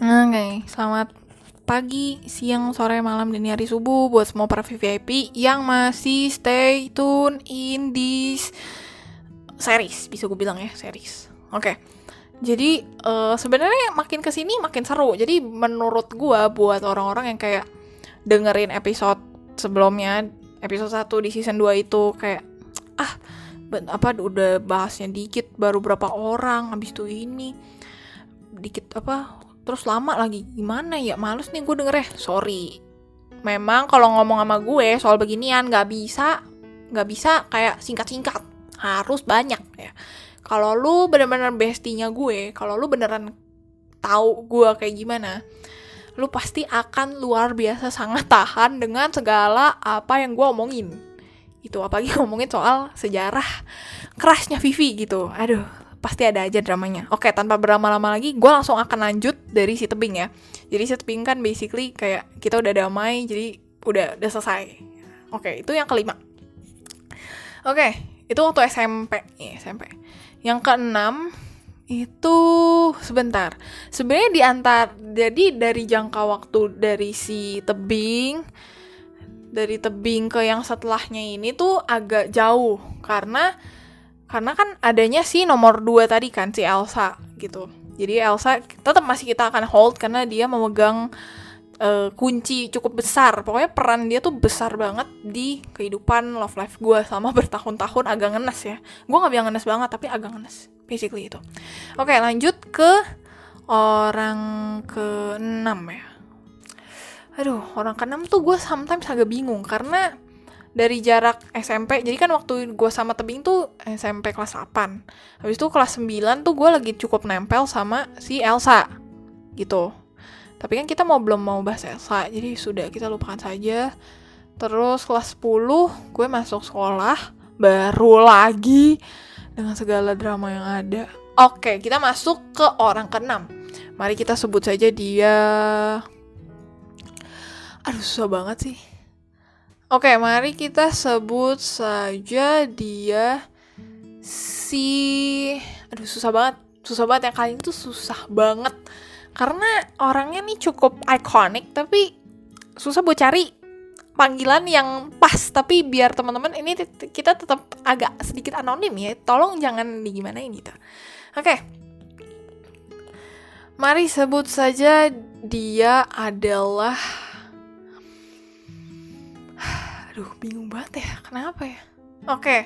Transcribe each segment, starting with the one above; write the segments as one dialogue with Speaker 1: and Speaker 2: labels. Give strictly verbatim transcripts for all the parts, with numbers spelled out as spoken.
Speaker 1: Oke, selamat pagi, siang, sore, malam, dini hari, subuh buat semua para V V I P yang masih stay tune in this series, bisa gue bilang ya, series. Oke, jadi uh, sebenarnya makin kesini makin seru. Jadi menurut gue buat orang-orang yang kayak dengerin episode sebelumnya, episode satu di season dua itu kayak ah apa udah bahasnya dikit, baru berapa orang, habis itu ini dikit apa terus lama lagi, gimana ya, males nih gue denger ya. Sorry, memang kalau ngomong sama gue soal beginian nggak bisa nggak bisa kayak singkat-singkat, harus banyak ya. Kalau lu bener-bener bestinya gue, kalau lu beneran tahu gue kayak gimana, lu pasti akan luar biasa sangat tahan dengan segala apa yang gue omongin. Itu apalagi ngomongin soal sejarah kerasnya Vivi gitu. Aduh, pasti ada aja dramanya. Oke, tanpa berlama-lama lagi, gue langsung akan lanjut dari si tebing ya. Jadi si tebing kan basically kayak kita udah damai, jadi udah udah selesai. Oke, itu yang kelima. Oke, itu waktu S M P. Ya, S M P. Yang keenam itu sebentar. Sebenarnya di antar, jadi dari jangka waktu dari si tebing, dari tebing ke yang setelahnya ini tuh agak jauh karena Karena kan adanya si nomor dua tadi kan, si Elsa gitu. Jadi Elsa tetap masih kita akan hold karena dia memegang uh, kunci cukup besar. Pokoknya peran dia tuh besar banget di kehidupan love life gue selama bertahun-tahun. Agak ngenes ya. Gue gak bilang ngenes banget, tapi agak ngenes. Basically itu. Oke, lanjut ke orang keenam ya. Aduh, orang keenam tuh gue sometimes agak bingung karena dari jarak S M P, jadi kan waktu gue sama tebing tuh S M P kelas delapan. Habis itu kelas sembilan tuh gue lagi cukup nempel sama si Elsa gitu. Tapi kan kita mau belum mau bahas Elsa, jadi sudah kita lupakan saja. Terus kelas sepuluh gue masuk sekolah baru lagi dengan segala drama yang ada. Oke, kita masuk ke orang keenam. Mari kita sebut saja dia. Aduh, susah banget sih. Oke, mari kita sebut saja dia si... Aduh, susah banget. Susah banget, yang kali ini tuh susah banget. Karena orangnya nih cukup ikonik, tapi susah buat cari panggilan yang pas. Tapi biar teman-teman ini kita tetap agak sedikit anonim ya. Tolong jangan digimanain gitu. Oke. Mari sebut saja dia adalah... Aduh, bingung banget ya. Kenapa ya? Oke.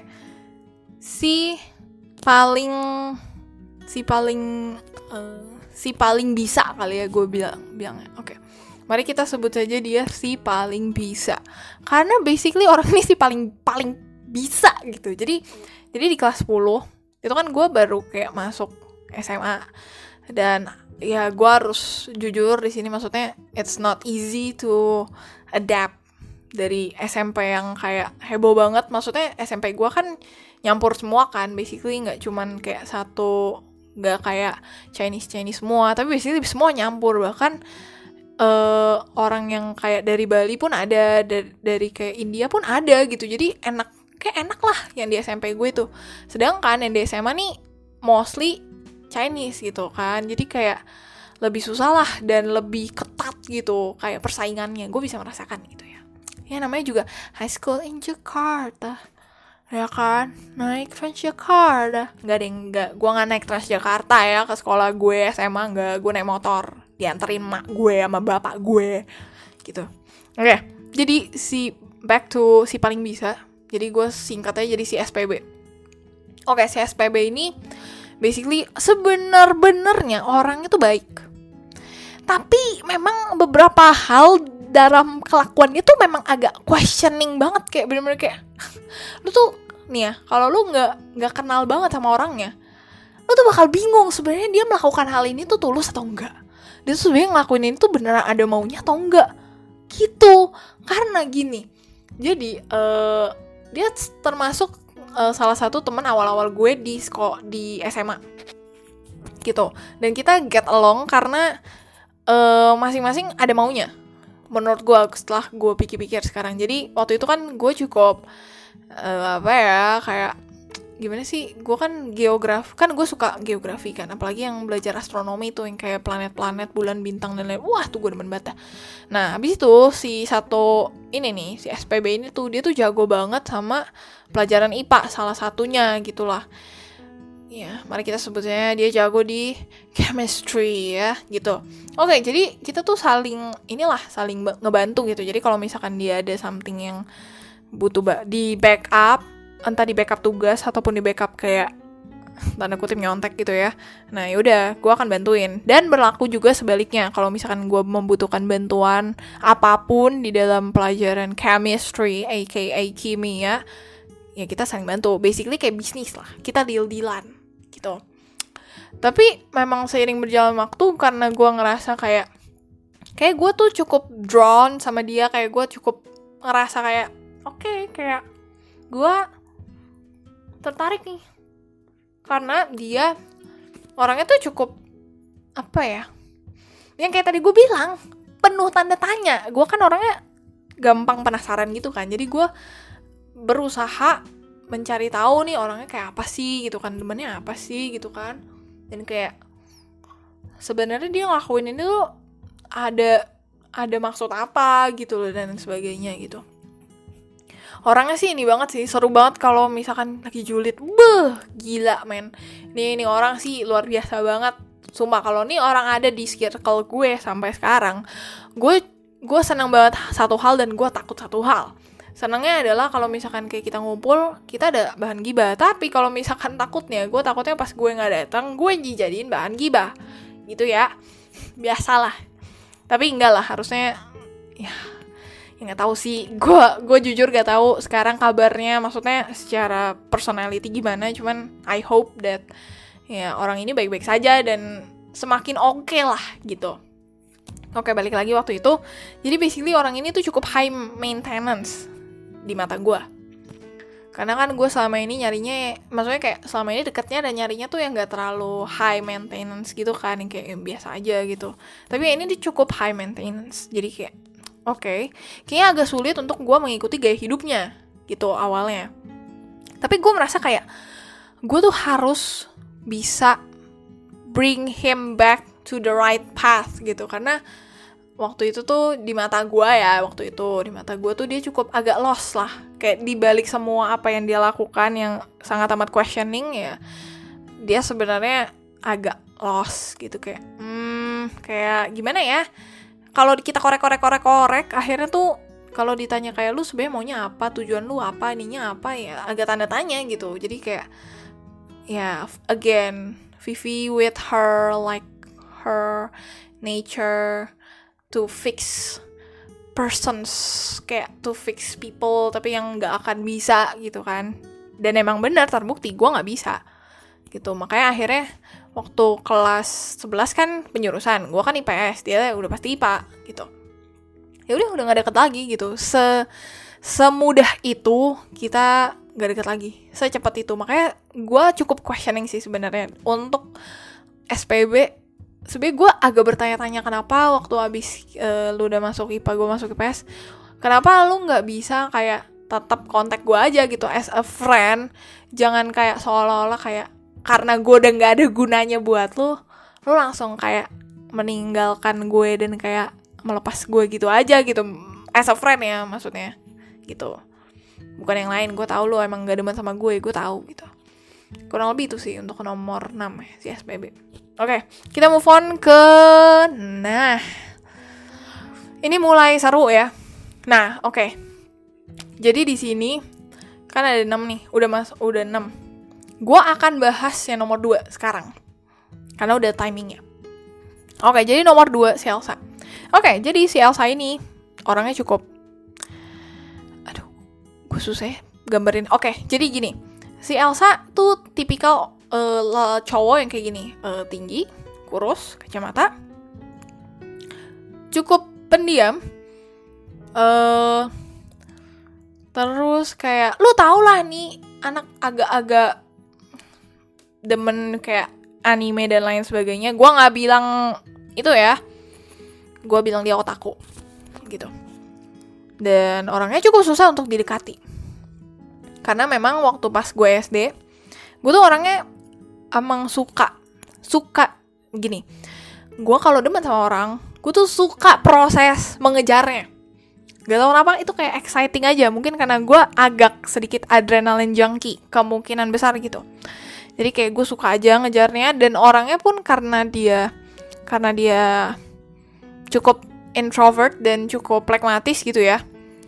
Speaker 1: Si paling si paling uh, si paling bisa kali ya gue bilang bilangnya. Oke. Mari kita sebut saja dia si paling bisa. Karena basically orang ini si paling paling bisa gitu. Jadi jadi di kelas sepuluh itu kan gue baru kayak masuk S M A dan ya gue harus jujur di sini, maksudnya it's not easy to adapt dari S M P yang kayak heboh banget. Maksudnya S M P gue kan nyampur semua kan, basically nggak cuman kayak satu, nggak kayak Chinese Chinese semua, tapi basically semua nyampur. Bahkan uh, orang yang kayak dari Bali pun ada, dari, dari kayak India pun ada gitu. Jadi enak, kayak enak lah yang di S M P gue tuh. Sedangkan yang di S M A nih mostly Chinese gitu kan, jadi kayak lebih susah lah dan lebih ketat gitu kayak persaingannya. Gue bisa merasakan gitu ya. Ya namanya juga high school in Jakarta, ya kan, naik Transjakarta. Nggak deh, nggak, gue nggak naik Transjakarta ya ke sekolah gue S M A, nggak, gue naik motor, dianterin mak gue sama bapak gue, gitu. Oke, okay, jadi si back to si paling bisa, jadi gue singkatnya jadi si S P B. Oke, okay, si S P B ini basically sebenar-benarnya orangnya tuh baik, tapi memang beberapa hal dalam kelakuannya tuh memang agak questioning banget, kayak bener-bener kayak lu tuh nih ya, kalau lu nggak nggak kenal banget sama orangnya, lu tuh bakal bingung sebenarnya dia melakukan hal ini tuh tulus atau enggak, dia tuh sebenarnya ngelakuin ini tuh beneran ada maunya atau enggak gitu. Karena gini, jadi uh, dia termasuk uh, salah satu teman awal-awal gue di sekolah di S M A gitu, dan kita get along karena uh, masing-masing ada maunya. Menurut gue setelah gue pikir-pikir sekarang. Jadi waktu itu kan gue cukup uh, apa ya kayak gimana sih, gue kan geograf, kan gue suka geografi kan, apalagi yang belajar astronomi tuh yang kayak planet-planet, bulan, bintang dan lain, wah tuh gue demen banget. Nah habis itu si satu ini nih, si S P B ini tuh dia tuh jago banget sama pelajaran I P A salah satunya gitulah. Ya, mari kita sebutnya dia jago di chemistry ya gitu. Oke, jadi kita tuh saling inilah saling ba- ngebantu gitu. Jadi kalau misalkan dia ada something yang butuh ba- di backup, entah di backup tugas ataupun di backup kayak tanda kutip nyontek gitu ya. Nah, yaudah, gue akan bantuin. Dan berlaku juga sebaliknya. Kalau misalkan gue membutuhkan bantuan apapun di dalam pelajaran chemistry, aka kimia, ya kita saling bantu. Basically kayak bisnis lah. Kita deal-dealan gitu. Tapi memang seiring berjalan waktu, karena gue ngerasa kayak kayak gue tuh cukup drawn sama dia, kayak gue cukup ngerasa kayak oke, okay, kayak gue tertarik nih karena dia orangnya tuh cukup apa ya, yang kayak tadi gue bilang penuh tanda tanya. Gue kan orangnya gampang penasaran gitu kan, jadi gue berusaha mencari tahu nih orangnya kayak apa sih gitu kan, demennya apa sih gitu kan. Dan kayak sebenarnya dia ngelakuin ini tuh ada ada maksud apa gitu loh dan sebagainya gitu. Orangnya sih ini banget sih, seru banget kalau misalkan lagi julid. Beuh, gila men. Nih nih orang sih luar biasa banget. Sumpah kalau nih orang ada di circle gue sampai sekarang, gue gue senang banget satu hal dan gue takut satu hal. Senangnya adalah kalau misalkan kayak kita ngumpul, kita ada bahan gibah. Tapi kalau misalkan takutnya, gue takutnya pas gue nggak datang, gue dijadiin bahan gibah, gitu ya. Biasalah. Tapi enggak lah, harusnya ya, ya nggak tahu sih. Gue gue jujur gak tahu sekarang kabarnya, maksudnya secara personality gimana. Cuman I hope that ya orang ini baik-baik saja dan semakin oke okay lah gitu. Oke, balik lagi waktu itu. Jadi basically orang ini tuh cukup high maintenance di mata gue. Karena kan gue selama ini nyarinya, maksudnya kayak selama ini deketnya dan nyarinya tuh yang gak terlalu high maintenance gitu kan, yang kayak yang biasa aja gitu. Tapi ini dia cukup high maintenance. Jadi kayak oke, okay, kayaknya agak sulit untuk gue mengikuti gaya hidupnya gitu awalnya. Tapi gue merasa kayak gue tuh harus bisa bring him back to the right path gitu. Karena waktu itu tuh di mata gue ya, waktu itu di mata gue tuh dia cukup agak lost lah. Kayak dibalik semua apa yang dia lakukan yang sangat amat questioning ya, dia sebenarnya agak lost gitu. Kayak hmm, kayak gimana ya, kalau kita korek-korek-korek-korek, akhirnya tuh kalau ditanya kayak lu sebenarnya maunya apa, tujuan lu apa, ininya apa, ya agak tanda tanya gitu. Jadi kayak ya again, Vivi with her like her nature to fix persons, kayak to fix people, tapi yang nggak akan bisa gitu kan. Dan emang benar terbukti gue nggak bisa gitu. Makanya akhirnya waktu kelas sebelas kan penjurusan, gue kan I P S, dia udah pasti I P A gitu. Ya udah udah nggak deket lagi gitu. Se semudah itu kita nggak deket lagi, secepat itu. Makanya gue cukup questioning sih sebenarnya untuk S P B. Sebenernya gue agak bertanya-tanya kenapa waktu abis uh, lu udah masuk I P A, gue masuk I P S, kenapa lu gak bisa kayak tetap kontak gue aja gitu as a friend. Jangan kayak seolah-olah kayak karena gue udah gak ada gunanya buat lu, lu langsung kayak meninggalkan gue dan kayak melepas gue gitu aja gitu. As a friend ya maksudnya gitu, bukan yang lain. Gue tahu lu emang gak demen sama gue, gue tahu gitu. Kurang lebih itu sih untuk nomor enam ya, si S P B. Oke, okay, kita move on ke, nah, ini mulai seru ya. Nah, oke, okay. Jadi di sini kan ada enam nih, udah mas, udah enam. Gua akan bahas yang nomor dua sekarang, karena udah timingnya. Oke, okay, jadi nomor dua si Elsa. Oke, okay, jadi si Elsa ini orangnya cukup, aduh, gue susah ya gambarin. Oke, okay, jadi gini, si Elsa tuh tipikal Uh, cowok yang kayak gini, uh, tinggi, kurus, kacamata, cukup pendiam, uh, terus kayak lu tau lah nih anak agak-agak demen kayak anime dan lain sebagainya. Gue nggak bilang itu ya, gue bilang dia otaku gitu. Dan orangnya cukup susah untuk didekati karena memang waktu pas gue S D Gue tuh orangnya emang suka suka gini. Gue kalau demen sama orang, gue tuh suka proses mengejarnya. Gak tau kenapa, itu kayak exciting aja. Mungkin karena gue agak sedikit adrenaline junkie, kemungkinan besar gitu. Jadi kayak gue suka aja ngejarnya. Dan orangnya pun karena dia Karena dia cukup introvert dan cukup pragmatis gitu ya,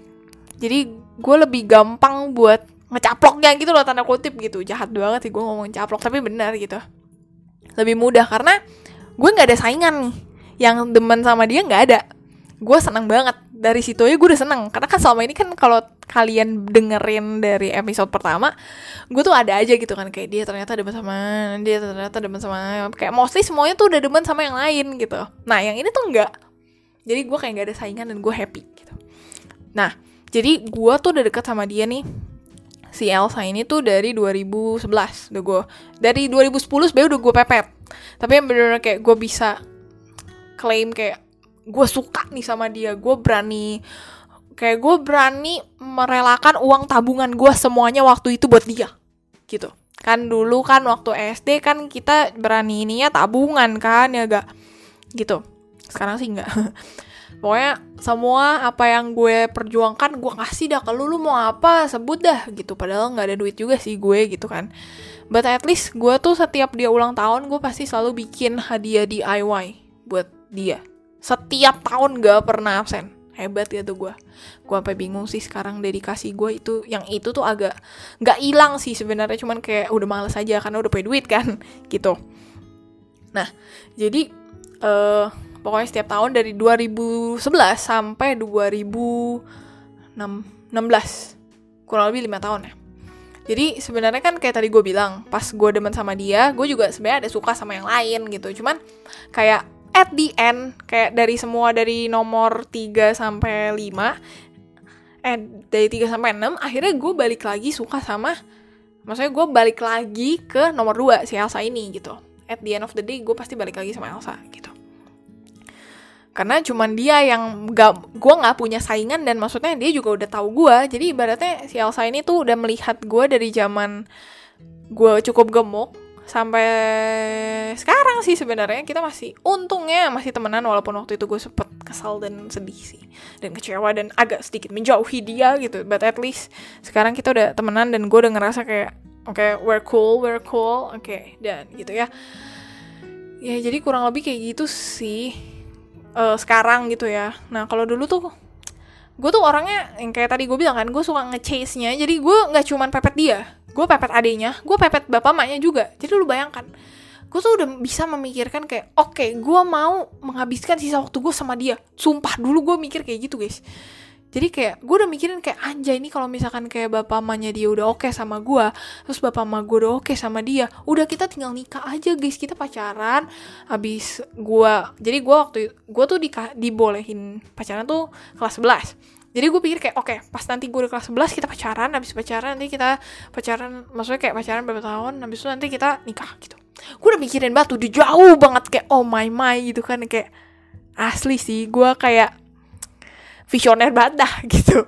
Speaker 1: jadi gue lebih gampang buat ngecaploknya gitu loh, tanda kutip gitu. Jahat banget sih gue ngomong caplok, tapi benar gitu. Lebih mudah karena gue gak ada saingan nih. Yang demen sama dia gak ada. Gue seneng banget. Dari situ aja gue udah seneng. Karena kan selama ini kan kalau kalian dengerin dari episode pertama, gue tuh ada aja gitu kan, kayak dia ternyata demen sama, dia ternyata demen sama, kayak mostly semuanya tuh udah demen sama yang lain gitu. Nah yang ini tuh enggak. Jadi gue kayak gak ada saingan dan gue happy gitu. Nah jadi gue tuh udah deket sama dia nih, si Elsa ini tuh dari dua ribu sebelas. Udah gue dari dua ribu sepuluh sebenarnya udah gue pepet. Tapi yang bener-bener kayak gue bisa claim kayak gue suka nih sama dia. Gue berani, kayak gue berani merelakan uang tabungan gue semuanya waktu itu buat dia gitu. Kan dulu kan waktu S D kan kita berani ininya tabungan kan, ya gak gitu. Sekarang sih enggak. Pokoknya semua apa yang gue perjuangkan gue kasih dah ke lu, lu mau apa sebut dah gitu. Padahal gak ada duit juga sih gue gitu kan. But at least gue tuh setiap dia ulang tahun gue pasti selalu bikin hadiah D I Y buat dia. Setiap tahun gak pernah absen. Hebat ya tuh gue. Gue sampai bingung sih sekarang dedikasi gue itu. Yang itu tuh agak gak hilang sih sebenarnya, cuman kayak udah males aja karena udah punya duit kan gitu. Nah jadi uh, pokoknya setiap tahun dari dua ribu sebelas sampai dua ribu enam belas, kurang lebih lima tahun ya. Jadi sebenarnya kan kayak tadi gue bilang, pas gue demen sama dia, gue juga sebenarnya ada suka sama yang lain gitu. Cuman kayak at the end, kayak dari semua dari nomor tiga sampai lima, eh dari tiga sampai enam, akhirnya gue balik lagi suka sama, maksudnya gue balik lagi ke nomor dua, si Elsa ini gitu. At the end of the day, gue pasti balik lagi sama Elsa gitu. Karena cuman dia yang gak, gue gak punya saingan, dan maksudnya dia juga udah tahu gue. Jadi ibaratnya si Elsa ini tuh udah melihat gue dari zaman gue cukup gemuk sampai sekarang sih sebenarnya. Kita masih, untungnya masih temenan, walaupun waktu itu gue sempet kesal dan sedih sih, dan kecewa dan agak sedikit menjauhi dia gitu. But at least sekarang kita udah temenan dan gue udah ngerasa kayak oke, okay, we're cool, we're cool, oke, okay, dan gitu ya. Ya jadi kurang lebih kayak gitu sih. Uh, sekarang gitu ya. Nah kalau dulu tuh gue tuh orangnya yang kayak tadi gue bilang kan, gue suka nge-chase-nya. Jadi gue gak cuman pepet dia, gue pepet adenya, gue pepet bapak maknya juga. Jadi lu bayangkan, gue tuh udah bisa memikirkan kayak oke, okay, gue mau menghabiskan sisa waktu gue sama dia. Sumpah dulu gue mikir kayak gitu guys. Jadi kayak gue udah mikirin kayak anjay, ini kalau misalkan kayak bapak mamanya dia udah oke okay sama gue, terus bapak mama gue udah oke okay sama dia, udah kita tinggal nikah aja guys, kita pacaran. Habis gue, jadi gue waktu gue tuh di, dibolehin pacaran tuh kelas sebelas. Jadi gue pikir kayak oke, okay, pas nanti gue udah kelas sebelas kita pacaran, habis pacaran nanti kita pacaran, maksudnya kayak pacaran beberapa tahun, habis itu nanti kita nikah gitu. Gue udah mikirin banget, udah jauh banget kayak oh my my gitu kan, kayak asli sih gue kayak visioner banget dah gitu.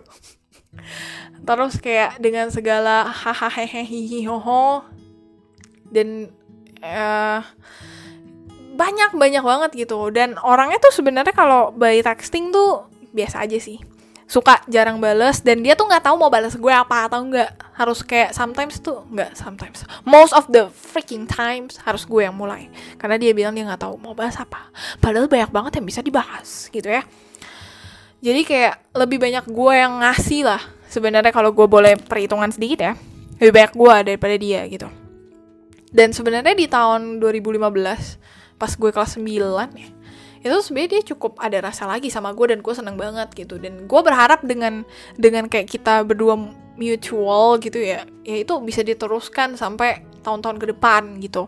Speaker 1: Terus kayak dengan segala hahaha hehehe hoho, dan uh, banyak banyak banget gitu. Dan orangnya tuh sebenarnya kalau by texting tuh biasa aja sih, suka jarang bales, dan dia tuh nggak tahu mau balas gue apa atau nggak. Harus kayak sometimes tuh nggak sometimes most of the freaking times harus gue yang mulai, karena dia bilang dia nggak tahu mau bahas apa, padahal banyak banget yang bisa dibahas gitu ya. Jadi kayak lebih banyak gue yang ngasih lah sebenarnya, kalau gue boleh perhitungan sedikit ya, lebih banyak gue daripada dia gitu. Dan sebenarnya di tahun dua ribu lima belas pas gue kelas sembilan ya, itu sebenarnya dia cukup ada rasa lagi sama gue, dan gue seneng banget gitu. Dan gue berharap dengan dengan kayak kita berdua mutual gitu ya, ya itu bisa diteruskan sampai tahun-tahun ke depan gitu.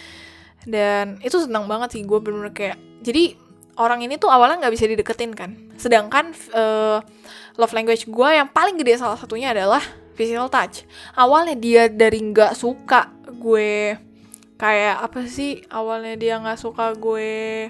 Speaker 1: Dan itu seneng banget sih gue, bener-bener kayak, jadi orang ini tuh awalnya nggak bisa dideketin kan, sedangkan uh, love language gue yang paling gede salah satunya adalah physical touch. Awalnya dia dari nggak suka gue kayak apa sih, awalnya dia nggak suka gue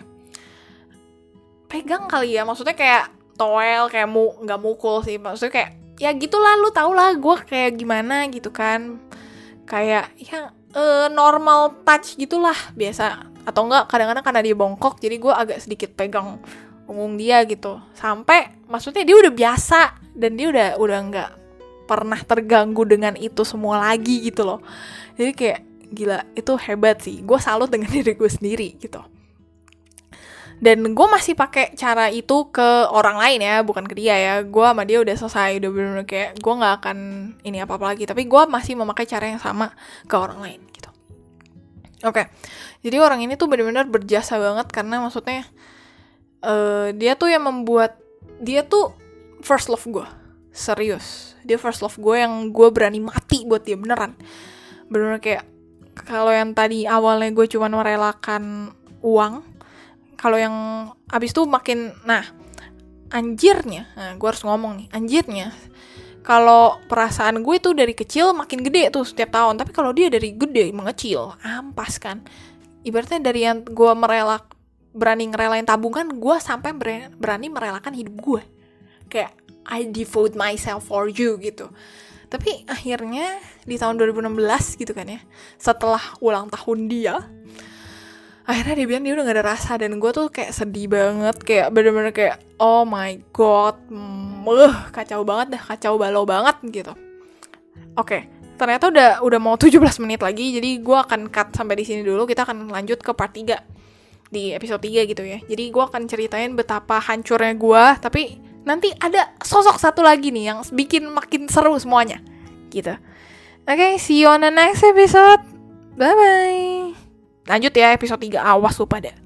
Speaker 1: pegang kali ya, maksudnya kayak toel, kayak mu nggak mukul sih, maksudnya kayak ya gitulah, lu tau lah gue kayak gimana gitu kan, kayak ya uh, normal touch gitulah biasa, atau enggak kadang-kadang karena dia bongkok jadi gue agak sedikit pegang punggung dia gitu, sampai maksudnya dia udah biasa dan dia udah udah nggak pernah terganggu dengan itu semua lagi gitu loh. Jadi kayak gila, itu hebat sih, gue salut dengan diri gue sendiri gitu. Dan gue masih pakai cara itu ke orang lain ya, bukan ke dia ya. Gue sama dia udah selesai, udah bener-bener kayak gue nggak akan ini apa-apa lagi, tapi gue masih memakai cara yang sama ke orang lain gitu. Oke, jadi orang ini tuh benar-benar berjasa banget karena maksudnya uh, dia tuh yang membuat, dia tuh first love gue, serius. Dia first love gue yang gue berani mati buat dia, beneran. Bener-bener kayak, kalau yang tadi awalnya gue cuma merelakan uang, kalau yang abis itu makin, nah anjirnya, nah gue harus ngomong nih, anjirnya, kalau perasaan gue tuh dari kecil makin gede tuh setiap tahun, tapi kalau dia dari gede mengecil, ampas kan. Ibaratnya dari yang gue merelak, berani ngerelain tabungan, gue sampai berani merelakan hidup gue. Kayak I devote myself for you gitu. Tapi akhirnya di tahun dua ribu enam belas gitu kan ya, setelah ulang tahun dia, akhirnya dia bilang dia udah gak ada rasa. Dan gue tuh kayak sedih banget, kayak bener-bener kayak oh my god, uh, kacau banget dah, kacau balau banget gitu. Oke, ternyata udah udah mau tujuh belas menit lagi, jadi gue akan cut sampai di sini dulu. Kita akan lanjut ke part tiga di episode tiga gitu ya. Jadi gue akan ceritain betapa hancurnya gue, tapi nanti ada sosok satu lagi nih yang bikin makin seru semuanya gitu. Oke, okay, see you on the next episode. Bye bye. Lanjut ya episode tiga, awas lu pada.